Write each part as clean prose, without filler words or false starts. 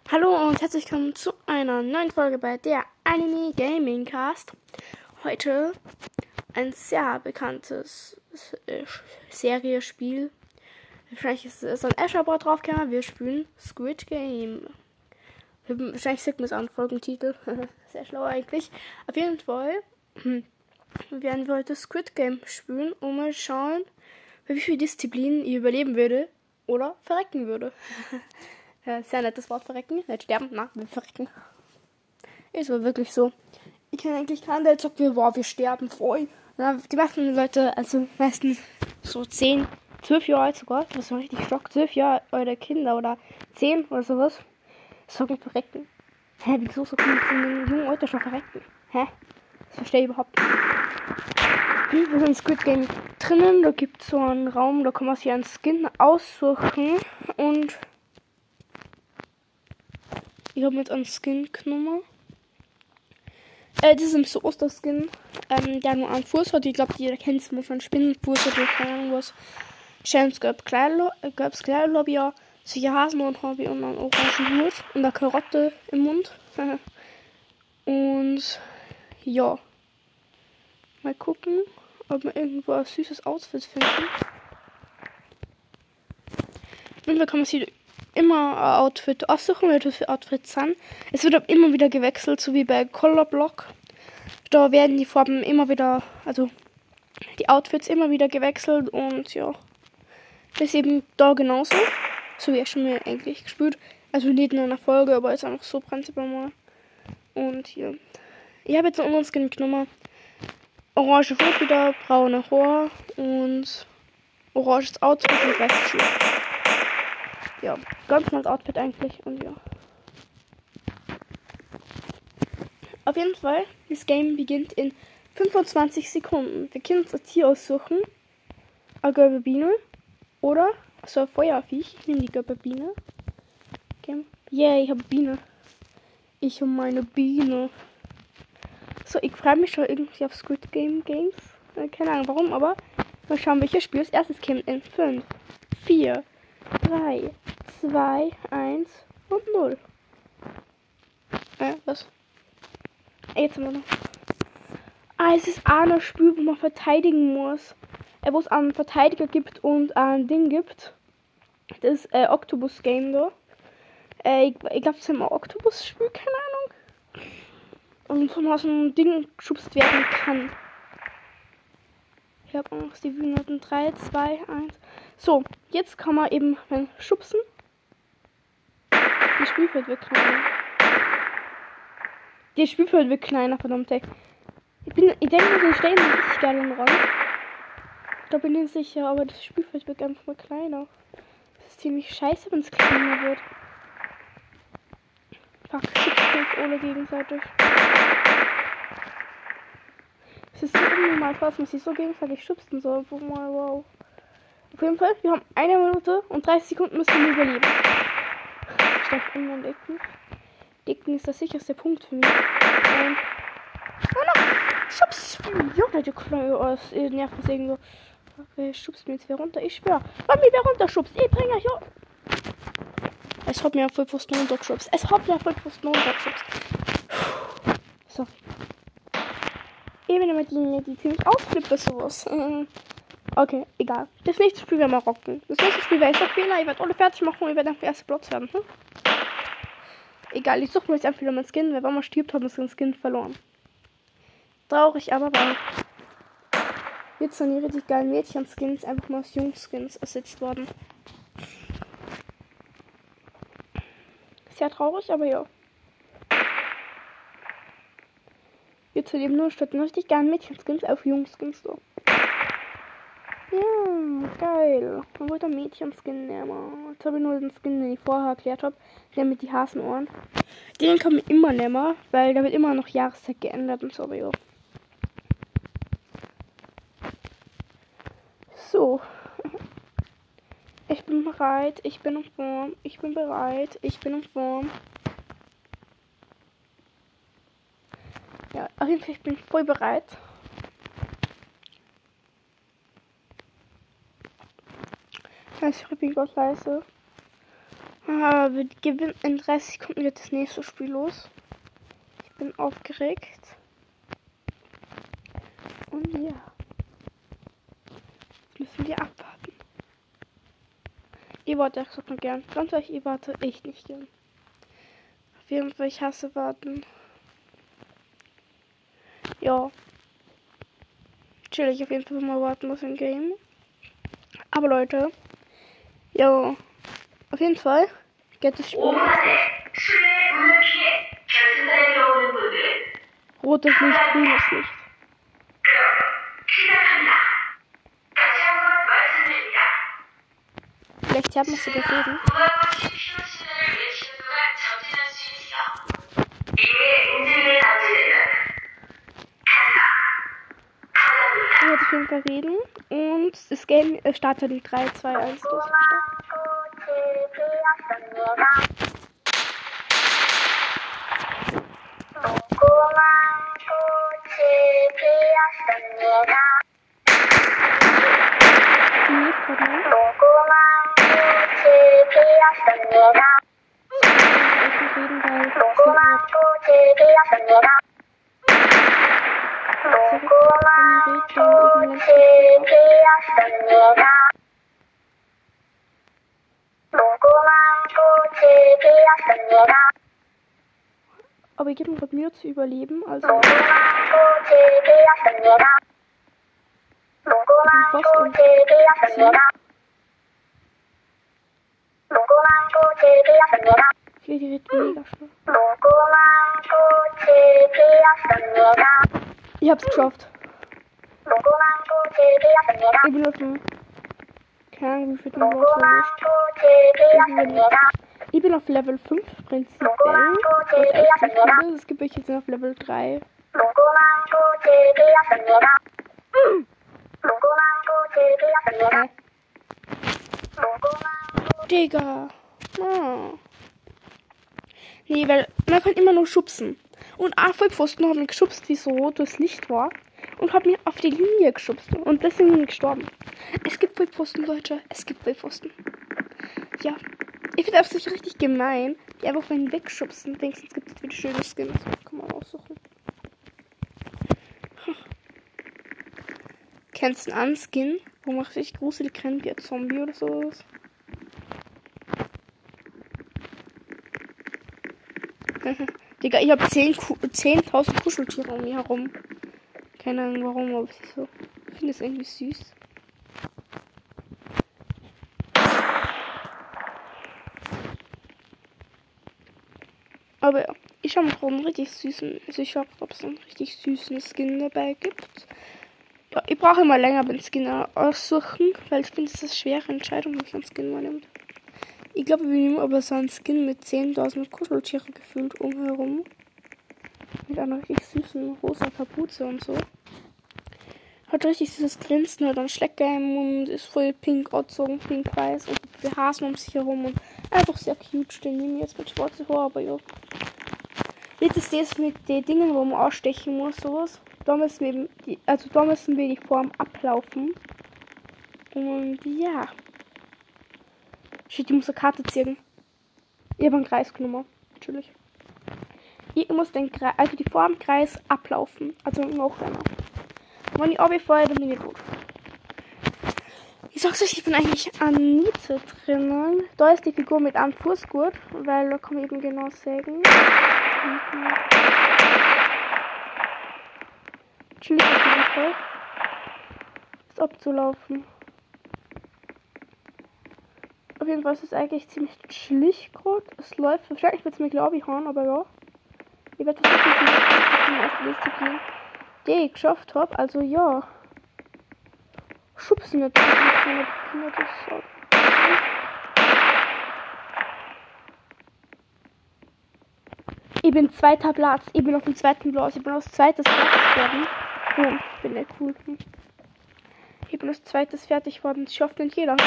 Hallo und herzlich willkommen zu einer neuen Folge bei der Anime Gaming Cast. Heute ein sehr bekanntes Serie-Spiel. Wahrscheinlich ist es ein Asher-Board draufgekommen. Wir spielen Squid Game. Wahrscheinlich sieht man es an Folgentitel. Sehr schlau eigentlich. Auf jeden Fall werden wir heute Squid Game spielen und mal schauen, bei wie vielen Disziplinen ich überleben würde oder verrecken würde. Sehr nettes Wort, verrecken. Nicht sterben, na, wir verrecken. Ist aber wirklich so. Ich kenne eigentlich keinen, der sagt, wir sterben voll. Na, die meisten Leute, also meistens so 10, 12 Jahre alt sogar, das war richtig Schock, 12 Jahre alte Kinder oder 10 oder sowas, sagen verrecken. Hä, wieso so kann man in einem jungen Alter schon verrecken? Hä? Das verstehe ich überhaupt nicht. Wir sind in Squid Game drinnen, da gibt es so einen Raum, da kann man sich einen Skin aussuchen und ich habe jetzt einen Skin genommen. Das ist so Osterskin, der nur einen Fuß hat. Ich glaube, jeder kennt es, muss man Spinnenfuß oder keine Ahnung was. Schönes gelbes Kleid habe ich ja. Solche Hasenohren habe ich und einen orangen Hut und eine Karotte im Mund. Und ja. Mal gucken, ob wir irgendwo ein süßes Outfit finden. Auf jeden Fall kann man sich immer ein Outfit aussuchen, weil das für Outfits sind. Es wird aber immer wieder gewechselt, so wie bei Color Block. Da werden die Farben immer wieder, also die Outfits immer wieder gewechselt und ja, das ist eben da genauso. So wie ich schon mal eigentlich gespielt. Also nicht in einer Folge, aber ist einfach so prinzipiell mal. Und hier. Ich habe jetzt einen anderen Skin genommen. Orange Hut wieder, braune Haar und oranges Outfit und Restschuhe. Ja, ganz normales Outfit eigentlich und ja. Auf jeden Fall, das Game beginnt in 25 Sekunden. Wir können uns ein Tier aussuchen. Eine gelbe Biene oder so ein Feuerviech. Ich nehme die gelbe Biene. Okay. Yeah, ich habe Biene. Ich habe meine Biene. So, ich freue mich schon irgendwie auf Squid Game Games. Keine Ahnung warum, aber mal schauen, welches Spiel als erstes kommt in 5, 4, 3, 2, 1 und 0. Was? Jetzt haben wir noch. Es ist auch ein Spiel, wo man verteidigen muss. Wo es einen Verteidiger gibt und ein Ding gibt. Das ist Octopus Game da. Ich glaube, das ist ein Octopus-Spiel, keine Ahnung. Und von was ein Ding geschubst werden kann. Ich habe auch noch die Wühlen. 3, 2, 1. So, jetzt kann man eben schubsen. Das Spielfeld wird kleiner. Das Spielfeld wird kleiner, verdammt. Ich denke, wir stehen einen richtig geilen Rang. Da bin ich sicher, aber das Spielfeld wird einfach mal kleiner. Das ist ziemlich scheiße, wenn es kleiner wird. Fuck, schubst uns alle gegenseitig. Es ist so unnormal, was man sich so gegenseitig schubsen soll. Wow. Auf jeden Fall, wir haben 1 Minute und 30 Sekunden müssen wir überleben. Ich darf irgendwann decken. Decken ist der sicherste Punkt für mich. Oh no! Schubs! Junge, du Kleine aus Nerven irgendwo. Okay, schubst mir jetzt wer runter. Ich schwör. Wenn mir wer runterschubst, ich bringe euch um. Es hat mir auf Vollpfosten runtergeschubst. Sorry. Eben immer die ziemlich ausflippt oder sowas. Okay, egal. Das nächste Spiel werden wir rocken. Das nächste Spiel wäre jetzt Fehler. Ich werde alle fertig machen und ich werde auf den ersten Platz werden. Egal, ich suche mir jetzt einfach meinen Skin, weil wenn man stirbt, hat man seinen Skin verloren. Traurig, aber wahr. Jetzt sind die richtig geilen Mädchen-Skins einfach mal aus Jungs-Skins ersetzt worden. Sehr traurig, aber ja. Jetzt sind eben nur statt richtig geilen Mädchen-Skins auf Jungs-Skins so. Ja, geil. Man wollte einen Mädchen-Skin nehmen. Jetzt habe ich nur den Skin, den ich vorher erklärt habe. Der mit die Hasenohren. Den kann man immer nehmen, weil da wird immer noch Jahreszeit geändert und so, aber ja. So. Ich bin bereit, ich bin in Form, ich bin bereit, ich bin in Form. Ja, auf jeden Fall, ich bin voll bereit. Ich bin gerade leise. Wir gewinnen in 30 Sekunden wird das nächste Spiel los. Ich bin aufgeregt. Und ja. Jetzt müssen wir abwarten. Ich warte auch noch gern. Ganz ehrlich, ich warte echt nicht gern. Auf jeden Fall, ich hasse warten. Ja. Chillig auf jeden Fall mal warten muss im Game. Aber Leute. Ja. Auf jeden Fall geht das Spiel jetzt los. Rotes Licht, grünes Licht. Vielleicht haben wir es sogar reden. Ich werde auf jeden Fall reden. Und das Game startet in 3, 2, 1 los. Aber ich gebe mir gerade Mühe zu überleben, also ich bin fast um 10. Hier gerät mega schnell. Ich hab's geschafft. Ich bin auf dem... Keine Ahnung, wie viel ich bin auf Level 5 prinzipiell. Das ist echt ziemlich gut. Es gibt welche, die sind auf Level 3. Digga. Oh. Nee, weil man kann immer nur schubsen. Und Vollpfosten haben mich geschubst, wieso durchs Licht war. Und hat mich auf die Linie geschubst. Und deswegen bin ich gestorben. Es gibt Vollpfosten, Leute. Es gibt Vollpfosten. Ja. Ich finde das richtig gemein. Die einfach von wegschubsen. Wenigstens gibt es wieder schöne Skins. Kann man aussuchen. Kennst du einen Skin, wo man richtig gruselig rennt wie ein Zombie oder sowas? Digga, ich habe 10.000 Kuscheltiere um mich herum. Keine Ahnung warum, aber ich so. Ich finde es irgendwie süß. Aber ja, ich habe noch einen richtig süßen, also ich schaue, ob es einen richtig süßen Skin dabei gibt. Ja, ich brauche immer länger beim Skin aussuchen, weil ich finde, es ist eine schwere Entscheidung, wenn ich einen Skin mal nehme. Ich glaube, wir nehmen aber so einen Skin mit 10.000 Kuscheltiere gefühlt umherum. Mit einer richtig süßen rosa Kapuze und so. Hat richtig süßes Grinsen, hat einen Schlecker im Mund, ist voll pink angezogen, pink-weiß und die Hasen um sich herum und einfach sehr cute. Den nehme ich jetzt mit schwarzen Haaren, aber ja. Jetzt ist das mit den Dingen, wo man ausstechen muss, sowas. Da müssen wir eben da müssen wir die Form ablaufen. Und ja. Shit, ich muss eine Karte ziehen. Ich habe einen Kreis genommen. Natürlich. Ich muss die Formkreis ablaufen. Also noch einmal. Wenn ich runterfalle, dann bin ich tot. Ich sag's euch, ich bin eigentlich an Miete drinnen. Da ist die Figur mit einem Fußgurt, weil da kann man eben genau sagen. Chillig auf jeden Fall. Ist abzulaufen. Auf jeden Fall ist es eigentlich ziemlich chillig gerade. Es läuft. Wahrscheinlich wird es mir glaube ich hauen, aber ja. Ich werde das wirklich nicht auf die Liste gehen, die ich geschafft habe. Also ja. Schubsen natürlich. Ich bin zweiter Platz. Ich bin auf dem zweiten Platz. Ich bin aus zweites fertig geworden. Oh, ich bin nicht cool. Ich bin aus zweites fertig geworden. Das schafft nicht jeder.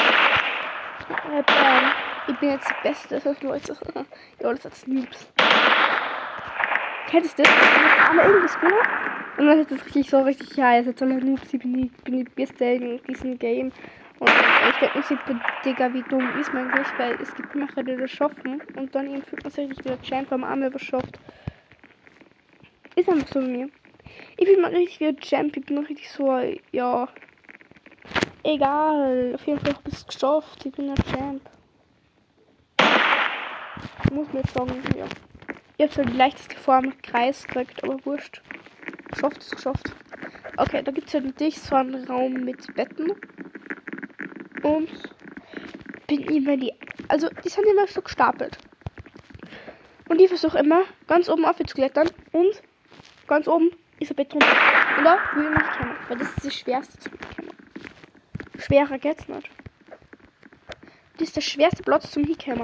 Ich bin jetzt die Beste. Leute. Ja, das hat Noobs. Kennst du das? Aber irgendwas gut. Und dann ist das richtig so, ja, jetzt soll er Noobs. Ich bin die Beste in diesem Game. Und ich denke mir, Digga, wie dumm ist man eigentlich, weil es gibt Macher, die das schaffen und dann eben fühlt man sich richtig wieder Champ, weil man einmal was schafft. Ist einfach so bei mir. Ich bin mal richtig wieder Champ, ich bin noch richtig so, ja. Egal, auf jeden Fall habe ich es geschafft, ich bin ein Champ. Muss mir jetzt sagen, ja. Ich habe zwar die leichteste Form Kreis gekriegt, aber wurscht. Geschafft ist geschafft. Okay, da gibt es ja natürlich so einen Raum mit Betten. Und bin immer also die sind immer so gestapelt. Und ich versuche immer ganz oben aufwärts zu klettern und ganz oben ist ein Bett drunter. Und da will ich nicht kommen, weil das ist das Schwerste zu hinkommen. Schwerer geht's nicht. Das ist der schwerste Platz zum Hinkommen.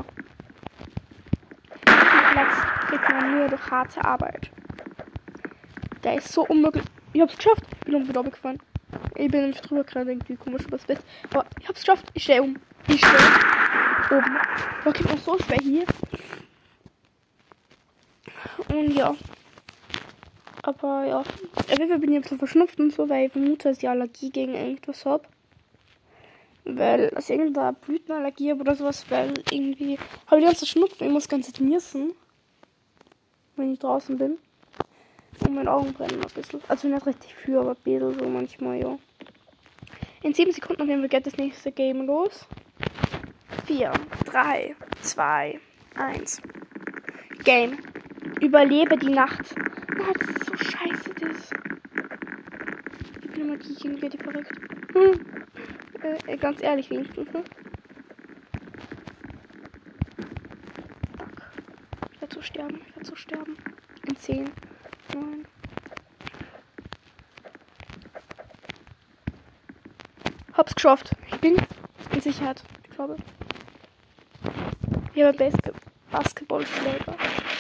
Diesen Platz kriegt man nur durch harte Arbeit. Der ist so unmöglich. Ich hab's geschafft. Ich bin irgendwie runtergefallen. Ich bin nämlich drüber gerade irgendwie komisch übers Bett. Aber ich hab's geschafft. Ich stehe oben. Ich stehe oben. Da kommt noch so schwer hier. Und ja. Aber ja. Auf jeden Fall bin ich ein bisschen verschnupft und so, weil ich vermute, dass ich Allergie gegen irgendwas habe. Weil aus irgendeiner Blütenallergie oder sowas, weil irgendwie habe ich die ganze Zeit Schnupfen. Ich muss ganz niesen, wenn ich draußen bin. Und meine Augen brennen ein bisschen. Also nicht richtig viel, aber ein bisschen so manchmal, ja. In 7 Sekunden auf jeden Fall geht das nächste Game los. 4, 3, 2, 1. Game. Überlebe die Nacht. Oh, das ist so scheiße, das. Ich bin immer die verrückt. Ganz ehrlich wenigstens, ne? Fuck. Ich werde so sterben. In 10, 9. Hab's geschafft. Ich bin in Sicherheit, ich glaube. Ich habe beste Basketballschläger.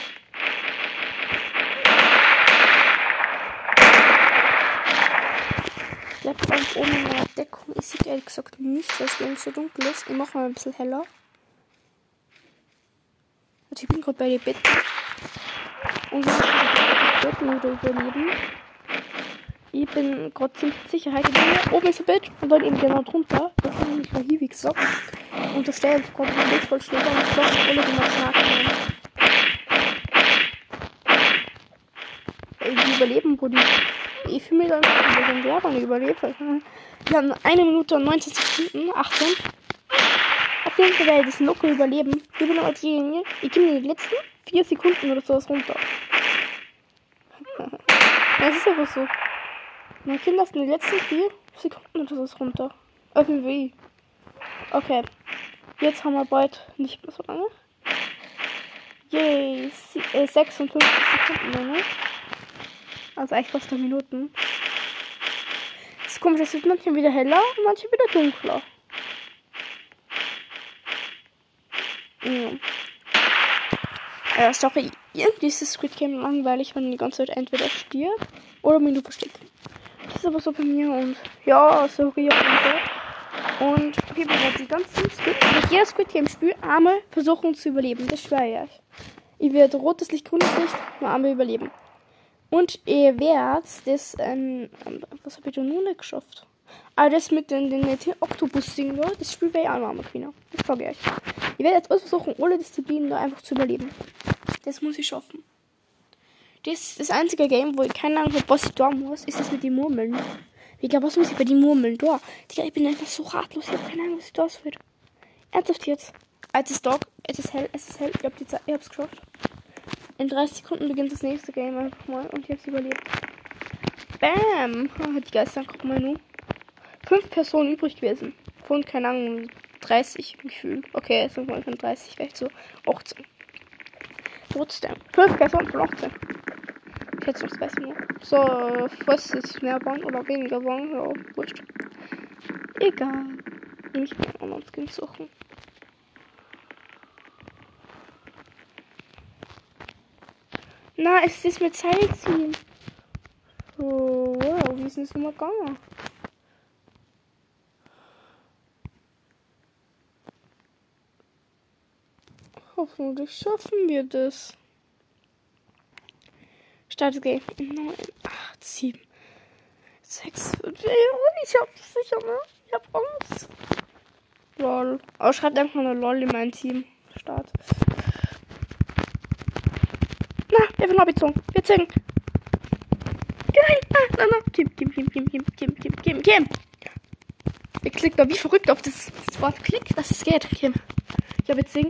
Ich bleib ganz oben in meiner Deckung. Ich sehe ehrlich gesagt nicht, dass es so dunkel ist. Ich mache mal ein bisschen heller. Also ich bin gerade bei den Betten. Und ich muss die Betten wieder überleben. Ich bin gerade ziemlich sicher. Oben ist ein Bett und dann eben genau drunter. Das ist nämlich von hier, wie gesagt. Und das steht gerade ein Baseballschläger und ich glaube, alle, die mal nachkommen. Die überleben, wo die. Ich fühle mich dann legendär, wenn ich überlebe. Wir haben 1 Minute und 19 Sekunden, 18. Auf jeden Fall werde ich das locker überleben. Ich bin aber diejenige, ich gehe in die letzten 4 Sekunden oder sowas runter. Das ist einfach so. Man kann das in den letzten 4 Sekunden oder sowas runter. Irgendwie. Okay. Jetzt haben wir bald nicht mehr so lange. Yay. 56 Sekunden lange. Also eigentlich fast 1 Minuten. Das ist komisch, es wird manchmal wieder heller und manchmal wieder dunkler. Ja. Sorry, irgendwie ist das Squid Game langweilig, wenn die ganze Zeit entweder stirbt oder mich nur versteckt. Das ist aber so bei mir und ja, sorry. Und auf jeden Fall die ganzen jedes Squid Game Spiel einmal versuchen zu überleben. Das schwöre ich. Ich werde rotes Licht, grünes Licht, nur einmal überleben. Und ihr werdet das, was habe ich da noch nicht geschafft? Ah, das mit den Oktopus-Ding da, das Spiel wäre ja auch noch einmal gewinnen. Das sage ich euch. Ich werde jetzt alles versuchen, alle Disziplinen da einfach zu überleben. Das muss ich schaffen. Das einzige Game, wo ich keine Ahnung habe, was ich da muss, ist das mit den Murmeln. Digga, was muss ich bei den Murmeln da? Digga, ich bin einfach so ratlos, ich habe keine Ahnung, was ich da soll. Ernsthaft jetzt. Es ist hell, ich hab's geschafft. In 30 Sekunden beginnt das nächste Game einfach mal und ich hab's überlebt. Bam! Die Geister gucken mal nur. 5 Personen übrig gewesen. Von, keine Ahnung, 30 gefühlt. Okay, es sind mal von 30, vielleicht so 18. Trotzdem. 5 Personen von 18. Ich hätte noch besser. So, was ist mehr waren oder weniger waren? Ja, wurscht. Egal. Ich kann auch noch Skin suchen. Na, es ist mit Zeit ziehen. Oh, wow, wie ist denn das nochmal gegangen? Hoffentlich schaffen wir das. Start Game. 9, 8, 7, 6, 5. Ich hab das sicher, ne? Ich hab Angst. Lol. Aber schreibt einfach nur LOL in mein Team. Start. Na, wir haben Lobby-Zung. Wir zingen. Nein, na. Kim. Ihr klickt da wie verrückt auf das Wort Klick, dass es geht. Kim. Ja, wir zingen.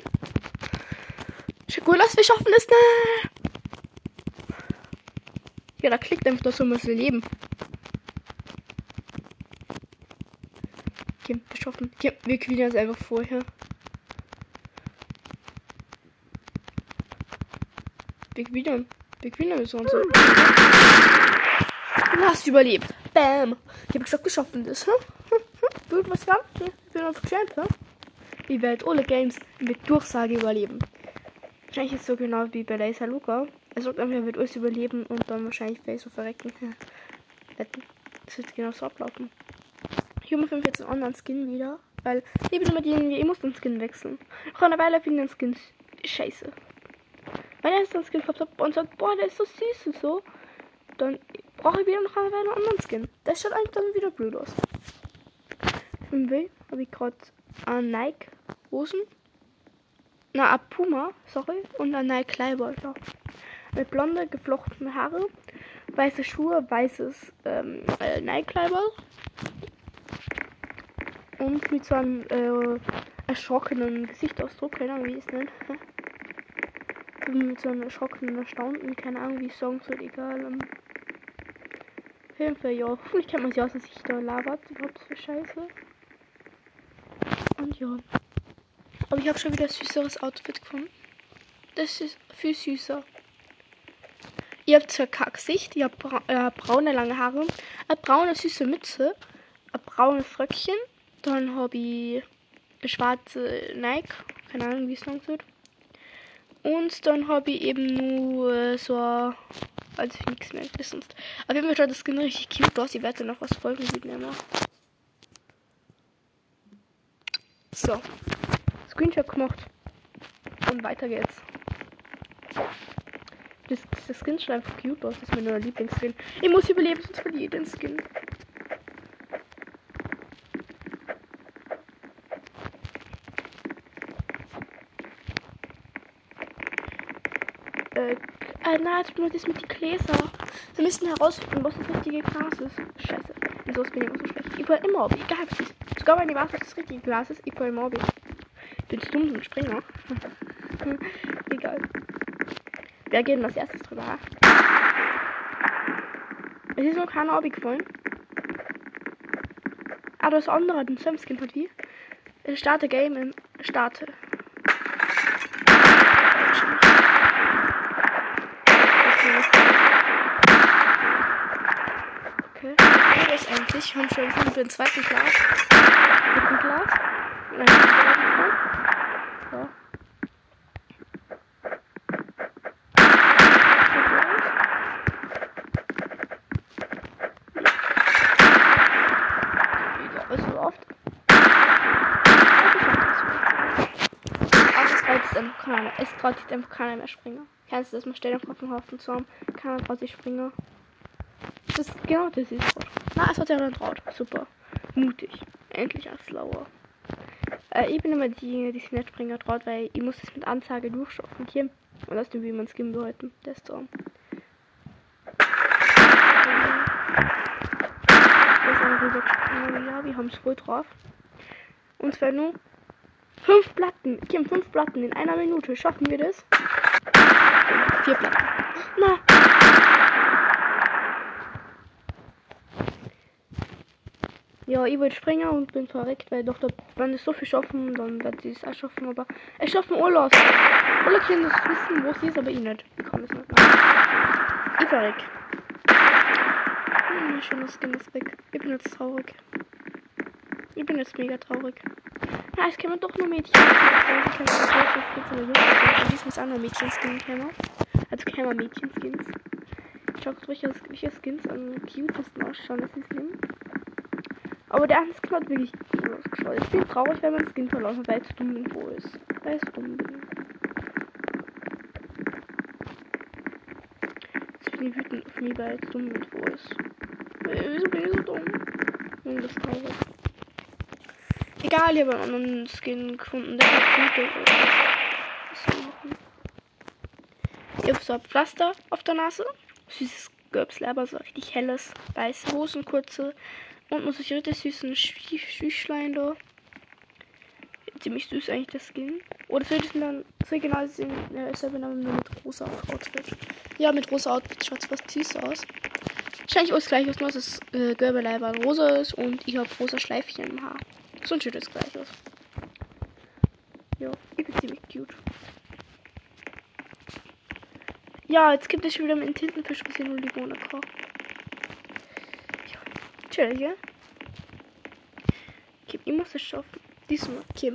Schikulas, wir schaffen es. Ne. Ja, da klickt einfach, das so muss leben. Kim, wir schaffen. Kim, wir quillen das einfach vorher. Wir quillen so und so. Du hast überlebt. Bam. Ich habe gesagt, wir schaffen das. Wird was kann? Ich bin auf Champ, Ich werde alle Games mit Durchsage überleben. Wahrscheinlich ist es so genau wie bei Laser Luca. Er sagt einfach, er wird alles überleben und dann wahrscheinlich Face verrecken. Das wird genau so ablaufen. Ich habe mir 45 anderen Skin wieder, weil ich bin immer diejenige, ich muss den Skin wechseln. Nach einer Weile finde ich den Skin scheiße. Wenn ich den Skin gehabt habe und sagt, boah, der ist so süß und so, dann brauche ich wieder noch eine Weile einen anderen Skin. Das schaut eigentlich dann wieder blöd aus. Im W habe ich gerade einen Nike Hosen. Na, ein Puma, sorry, und ein Nike Kleider. Mit blonde, geflochtene Haare, weiße Schuhe, weißes Nike Kleider. Und mit so einem erschrockenen Gesichtsausdruck, keine Ahnung, wie es nennt. Mit so einem erschrockenen, erstaunten, keine Ahnung, wie ich sagen soll, egal. Auf jeden Fall, ja, hoffentlich kennt man sich aus, dass ich da labert, überhaupt für Scheiße. Und ja. Aber ich habe schon wieder ein süßeres Outfit gefunden. Das ist viel süßer. Ihr habt zwar kein Gesicht, ihr habt braune lange Haare, eine braune süße Mütze, ein braunes Röckchen, dann habe ich eine schwarze Nike, keine Ahnung wie es lang wird. Und dann habe ich eben nur so, also nichts mehr sonst. Auf jeden Fall schaut das Skin richtig cute aus, ich werde noch was folgen mitnehmen. So, Screenshot gemacht und weiter geht's. Das Skin schaut einfach cute aus. Das ist mein neuer Lieblingsskin. Ich muss überleben, sonst verliere ich den Skin. Nein, jetzt nur das mit den Gläser. Wir müssen herausfinden, was das richtige Glas ist. Scheiße. Wieso bin ich immer so schlecht? Ich fall immer ab. Egal was ist. Sogar wenn ich weiß, was das richtige Glas ist, ich fall immer ab. Ich bin dumm und Springer. Egal. Wer geht denn als erstes drüber? Es ist noch keiner abgefallen. Ah, das andere, den Sam-Skin hat wie? Starte Game im Starte. Okay. Das ist eigentlich. Haben schon für den zweiten Glas. Dritten Glas. Nein, ja. So oft. Es traut sich einfach keiner mehr Springer. Kennst du das? Man stellt auf den Haufen zu haben. Keiner traut sich Springer. Das ist genau das ist. Na, es hat ja dann traut. Super. Mutig. Endlich ein Slower. Ich bin immer diejenige, die sich nicht Springer traut, weil ich muss das mit Ansage durchschaffen. Hier. Und aus dem will man Skin behalten. Das ist so. Ja, wir haben es voll drauf. Und zwar nur 5 Platten. Ich habe 5 Platten in einer Minute. Schaffen wir das? 4 Platten. Na. Ja, ich wollte springen und bin verreckt, weil doch, wenn es so viel schaffen, dann wird sie es auch schaffen. Aber es schaffen alle aus. Alle können das wissen, wo sie ist, aber ich nicht. Ich kann es nicht machen. Ich verreck. Schönes Skin ist weg. Ich bin jetzt traurig. Ich bin jetzt mega traurig. Ja, es kämen doch nur Mädchen. Ich kann nicht diesmal ist auch nur Mädchen-Skin kämen. Also kämen Mädchen-Skins. Schaut euch, welche Skins am cutesten ausschauen, das ist schlimm. Aber der andere Skin hat wirklich cool ausgeschaut. Ich bin traurig, wenn man Skin verloren, weil ich zu dumm bin, wo ist. Weil ich dumm bin. Jetzt bin ich wütend auf mich, weil ich dumm bin, wo ist. Wieso bin ich so dumm? Das ist traurig. Egal, ich habe einen anderen Skin gefunden, der hat Blüte. Ich habe so ein Pflaster auf der Nase. Süßes Gürbsleiber, so richtig helles, weiße Hosen, kurze. Und noch so richtig süßen Schüchlein da. Ziemlich süß eigentlich das Skin. Oder soll ich dann so genau sehen? Ja, ist aber nur mit rosa Outfit. Ja, mit rosa Outfit schaut es fast süß aus. Wahrscheinlich alles gleich aus, nur dass das Gürbeleiber rosa ist und ich habe rosa Schleifchen im Haar. So ein schönes gleich aus. Ja, ich bin ziemlich cute. Ja, jetzt gibt es schon wieder mit Tintenfisch gesehen und Limone kochen. Ja, chill, ja? Kim, ich muss es schaffen. Diesmal, Kim.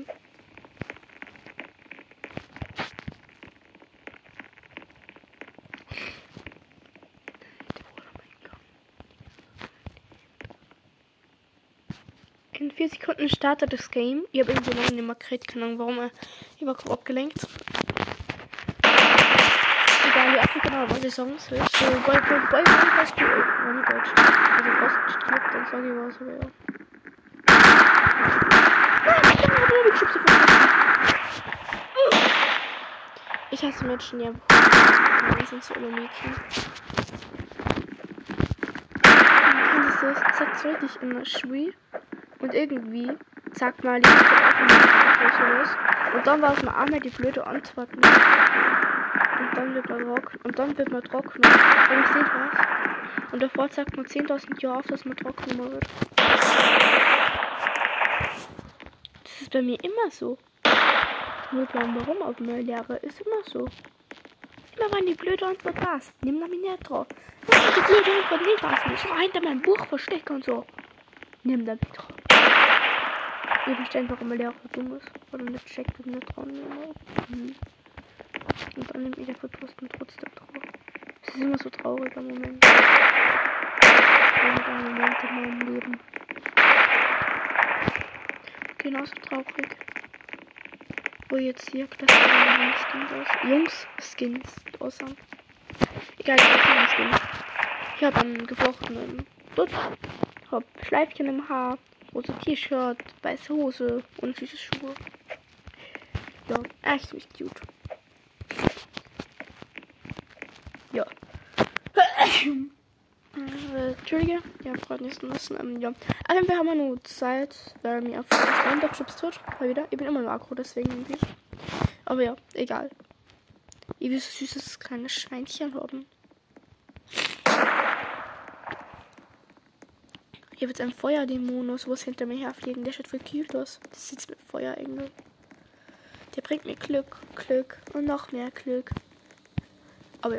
In 4 Sekunden startet das Game. Ich habe irgendwie noch nicht mehr gekriegt, keine Ahnung, warum ich war abgelenkt. Egal, ich weiß genau, was ich sagen soll. So, bei fast wenn ich Deutsch. Also fast stirbt, dann sage ich was, aber ja. Ich hasse Menschen, ja. Die sind so immer Mädchen. Das sagt so richtig immer schwül. Und irgendwie sagt mal die sowas. Und dann war es mal einmal die blöde Antwort. Und dann wird man trocken. Und dann wird man trocken. Und ich sehe was. Und davor sagt man 10.000 Jahre auf, dass man trocken wird. Das ist bei mir immer so. Nur warum auf meiner Lehre ist immer so. Immer wenn die blöde Antwort war, nimm da mich nicht drauf. Wenn die blöde Antwort nicht war, nicht so hinter meinem Buch versteckt und so. Nimm da mich drauf. Ich verstehe, warum mein Lehrer dumm ist. Oder nicht checkt und nicht dran. Und dann nimmt mir der Verposten trotzdem drauf. Es ist immer so traurig am Moment. Trauriger Moment in meinem Leben. Genauso traurig. Wo jetzt hier Jungs-Skins aus sind. Egal, ich Skins. Ich habe einen geflochtenen Dutt, hab Schleifchen im Haar, rosa T-Shirt, weiße Hose und süße Schuhe. Ja, echt ziemlich cute. Ja. Entschuldige, ja, gerade nicht müssen. Ja. Aber wir haben ja nur Zeit, weil mir auf das Landabschubs tut. Mal wieder. Ich bin immer nur aggro, deswegen nämlich. Aber ja, egal. Ich will so süßes kleines Schweinchen haben. Ich habe jetzt einen Feuerdämonus, was hinter mir herfliegen. Der schaut voll cute aus. Das sitzt mit Feuerengel. Der bringt mir Glück und noch mehr Glück. Aber ja.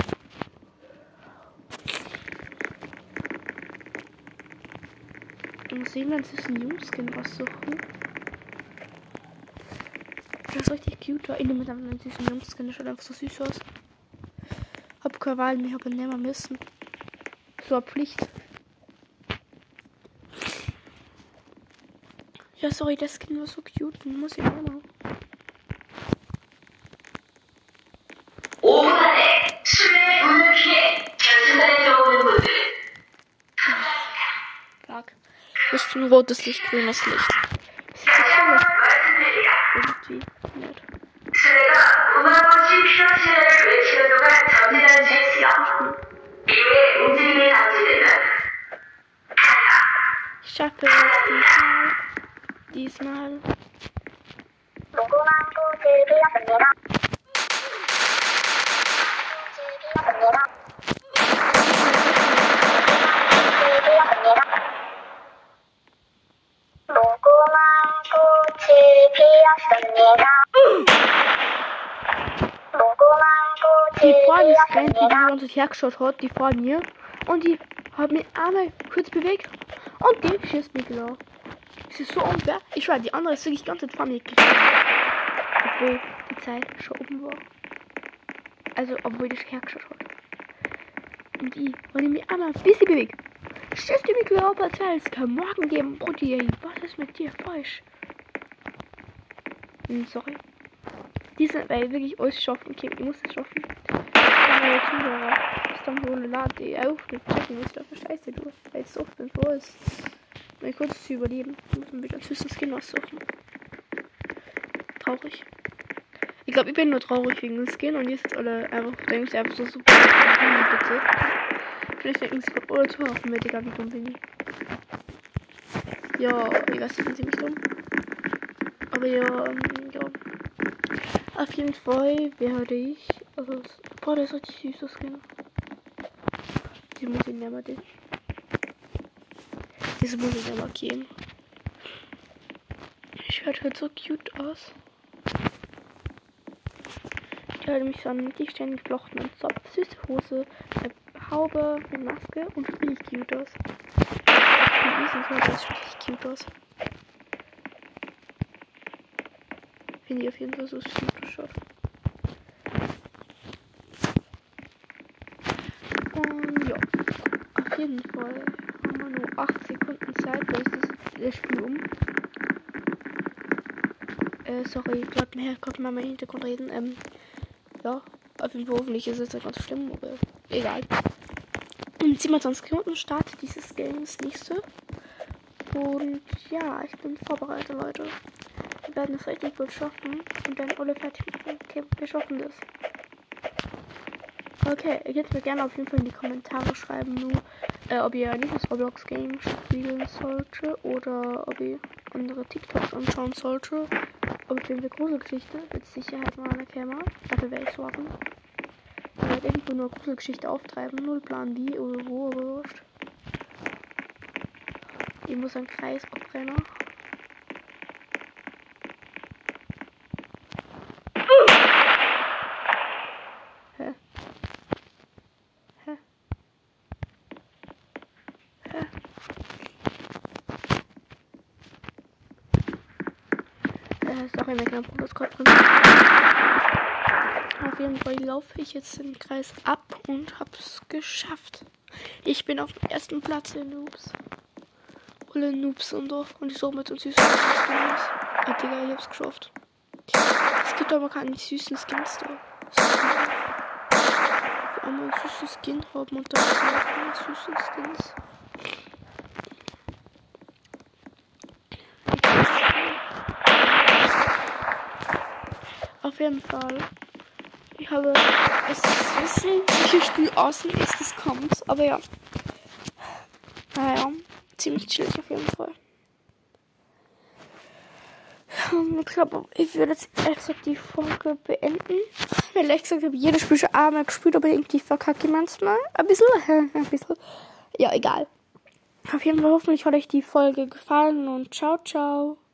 Ich muss jemand süßen Jungskin raussuchen. Das ist richtig cute. Ich nehme dann einen süßen Jungskin. Der schaut einfach so süß aus. Hab keine Wahl mehr, ich hab ihn nicht mehr müssen. So eine Pflicht. Ja, sorry, das Skin war so cute. Den muss ich nehmen. Fuck. Das ist ein rotes Licht, grünes Licht. Das ist so irgendwie nett. Ich schaffe es diesmal. Die vor mir rennt, die uns hergeschaut hat, die vor mir. Und die hat mich einmal kurz bewegt. Und die schießt mich genau. Es ist so unfair. Ich schwör, die andere ist wirklich ganz vor mir gekriegt. Obwohl die Zeit schon oben war. Also, obwohl die schon hergeschaut hat. Und die, weil die mich einmal ein bisschen bewegt. Schießt die mich genau ab, als es kein Morgen geben. Brudi, was ist mit dir falsch? Sorry. Die sind, weil ich wirklich alles schaffen kann. Ich muss es schaffen. Meine Zuhörer ist dann wohl eine Lade, die auch nicht checken muss, dafür scheiße du. Weil es so oft so ist. Mein kurzes zu überleben. Ich muss mir wieder einen süßen Skin aussuchen. Traurig. Ich glaube, ich bin nur traurig wegen dem Skin und jetzt alle einfach, denke ich, einfach so super. Bitte. Vielleicht denken sie, oder zu hoffen, wird egal wie dumm bin ich. Ja, ich weiß, die sind ziemlich dumm. Aber ja, ja. Auf jeden Fall werde ich, also, boah, der ist richtig süß, das Skin. Die muss ich nehmen, den. Diese muss ich aber gehen. Ich werde halt so cute aus. Ich halte mich so an einen tiefstehenden geflochtenen Zopf, süße Hose, eine Haube, eine Maske und sieht richtig cute aus. Das sieht richtig cute aus. Finde ich auf jeden Fall so super schön. Und ja, auf jeden Fall haben wir nur 8 Sekunden Zeit, da ist das Spiel um. Sorry, ich glaube, mir konnte mal im Hintergrund reden. Ja, auf jeden Fall hoffentlich ist es nicht ganz schlimm, aber egal. In 27 Sekunden startet dieses Game das nächste. Und ja, ich bin vorbereitet, Leute. Wir werden es richtig gut schaffen und dann alle fertig machen. Okay, wir schaffen das. Okay, ihr könnt mir gerne auf jeden Fall in die Kommentare schreiben, nur ob ihr ein Roblox-Game spielen sollte oder ob ihr andere TikToks anschauen sollte. Aber ich finde, Gruselgeschichte mit Sicherheit mal eine Kamera. Dafür werde ich sorgen. Ich werde irgendwo nur Gruselgeschichte auftreiben. Null Plan wie oder wo, aber wurscht. Ich muss einen Kreis abbrennen. Hä? Hä? Hä? Sorry, mein kleiner Bruder ist gerade drin. Auf jeden Fall laufe ich jetzt den Kreis ab und hab's geschafft. Ich bin auf dem ersten Platz in Noobs. Alle Noobs und doch. Und ich so mit den süßen Skins. Ah, Digga, ich hab's geschafft. Es gibt aber keine süßen Skins da. Wir haben einen süßen Skin haben und da sind keine süßen Skins. Auf jeden Fall. Ich habe es wissen, welches Spiel außen ist, das kommt. Aber ja. Naja, ziemlich chillig auf jeden Fall. Ich glaube, ich würde jetzt ehrlich gesagt die Folge beenden. Ehrlich gesagt, ich habe jedes Spiel schon einmal gespielt, aber irgendwie verkacke ich manchmal. Ein bisschen. Ja, egal. Auf jeden Fall hoffentlich hat euch die Folge gefallen und ciao, ciao.